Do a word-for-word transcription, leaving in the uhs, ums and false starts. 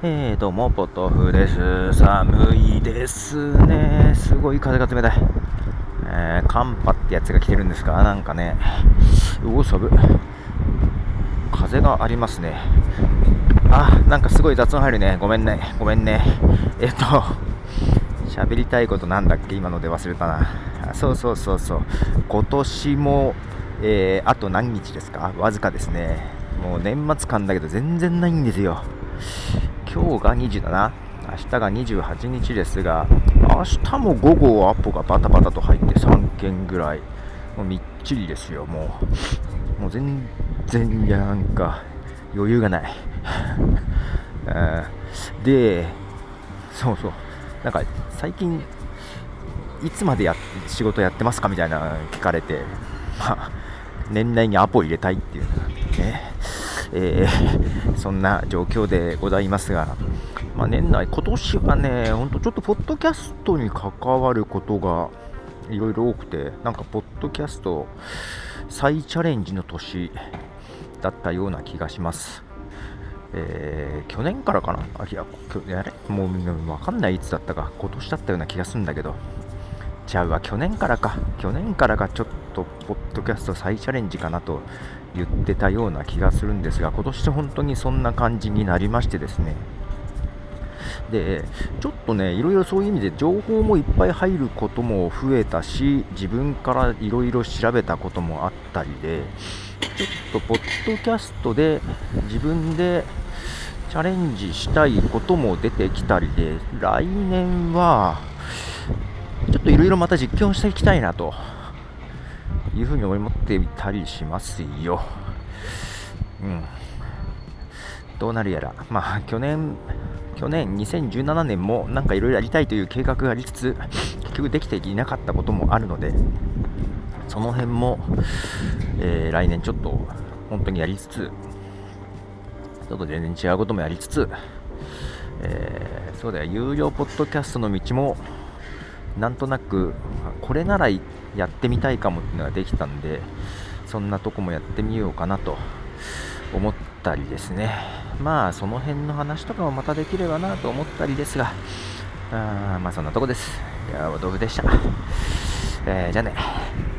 えーどうも、ポトフです。寒いですね。すごい風が冷たい。えー、寒波ってやつが来てるんですか？なんかね、うお、寒い。風がありますね。あ、なんかすごい雑音入るね。ごめんね。ごめんね。えっと、喋りたいことなんだっけ？今ので忘れたな。あ、そうそうそうそう。今年も、えーあと何日ですか？わずかですね。もう年末感だけど全然ないんですよ。今日がにじゅうだな。明日がにじゅうはちにちですが、明日も午後アポがバタバタと入ってさんけんぐらい。もうみっちりですよ、もう。もう全然、いや、なんか、余裕がない。で、そうそう。なんか、最近、いつまでや仕事やってますかみたいな聞かれて、まあ、年内にアポ入れたいっていうね、えー、そんな状況でございますが、まあ、年内、今年はね、ほんとちょっとポッドキャストに関わることがいろいろ多くて、なんかポッドキャスト再チャレンジの年だったような気がします。えー、去年からかなあ、いや、あれもう分かんないいつだったか、今年だったような気がするんだけど、ちゃうわ、去年からか、去年からがちょっと、ポッドキャスト再チャレンジかなと言ってたような気がするんですが、今年本当にそんな感じになりましてですね、で、ちょっとね、いろいろそういう意味で情報もいっぱい入ることも増えたし、自分からいろいろ調べたこともあったりで、ちょっとポッドキャストで自分でチャレンジしたいことも出てきたりで、来年はちょっといろいろまた実験をしていきたいなというふうに思っていたりしますよ。うん。どうなるやら。まあ、去年、去年にせんじゅうななねんもなんかいろいろやりたいという計画がありつつ、結局できていなかったこともあるので、その辺も、えー来年ちょっと本当にやりつつ、ちょっと全然違うこともやりつつ、えーそうだよ、有料ポッドキャストの道もなんとなくこれならやってみたいかもっていうのができたんで、そんなとこもやってみようかなと思ったりですね。まあその辺の話とかもまたできればなと思ったりですが、あーまあそんなとこです。いや、お豆腐でした。えーじゃあね。